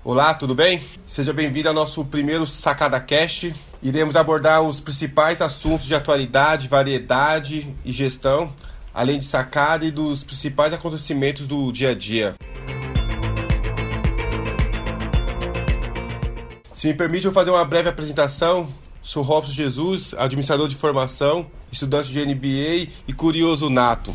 Olá, tudo bem? Seja bem-vindo ao nosso primeiro Sacada Cast. Iremos abordar os principais assuntos de atualidade, variedade e gestão, além de sacada e dos principais acontecimentos do dia a dia. Se me permite, eu vou fazer uma breve apresentação. Sou Robson Jesus, administrador de formação, estudante de MBA e curioso nato.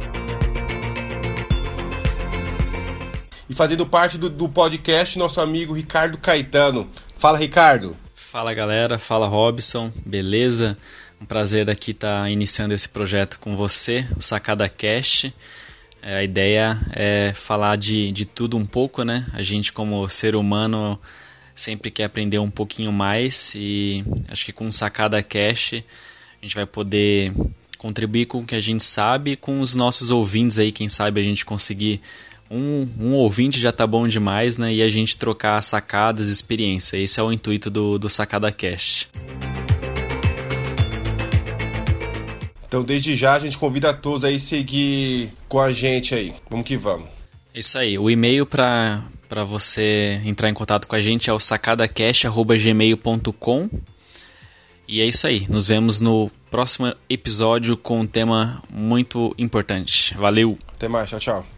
E fazendo parte do podcast, nosso amigo Ricardo Caetano. Fala, Ricardo. Fala, galera. Fala, Robson. Beleza? Um prazer aqui estar iniciando esse projeto com você, o Sacada Cast. A ideia é falar de tudo um pouco, né? A gente, como ser humano, sempre quer aprender um pouquinho mais e acho que com o Sacada Cast a gente vai poder contribuir com o que a gente sabe e com os nossos ouvintes aí, quem sabe a gente conseguir um ouvinte já tá bom demais, né? E a gente trocar sacadas, experiência. Esse é o intuito do Sacada Cast. Então, desde já, a gente convida a todos aí a seguir com a gente aí. Vamos que vamos. É isso aí. O e-mail para você entrar em contato com a gente é o sacadacast@gmail.com. E é isso aí. Nos vemos no próximo episódio com um tema muito importante. Valeu! Até mais. Tchau, tchau.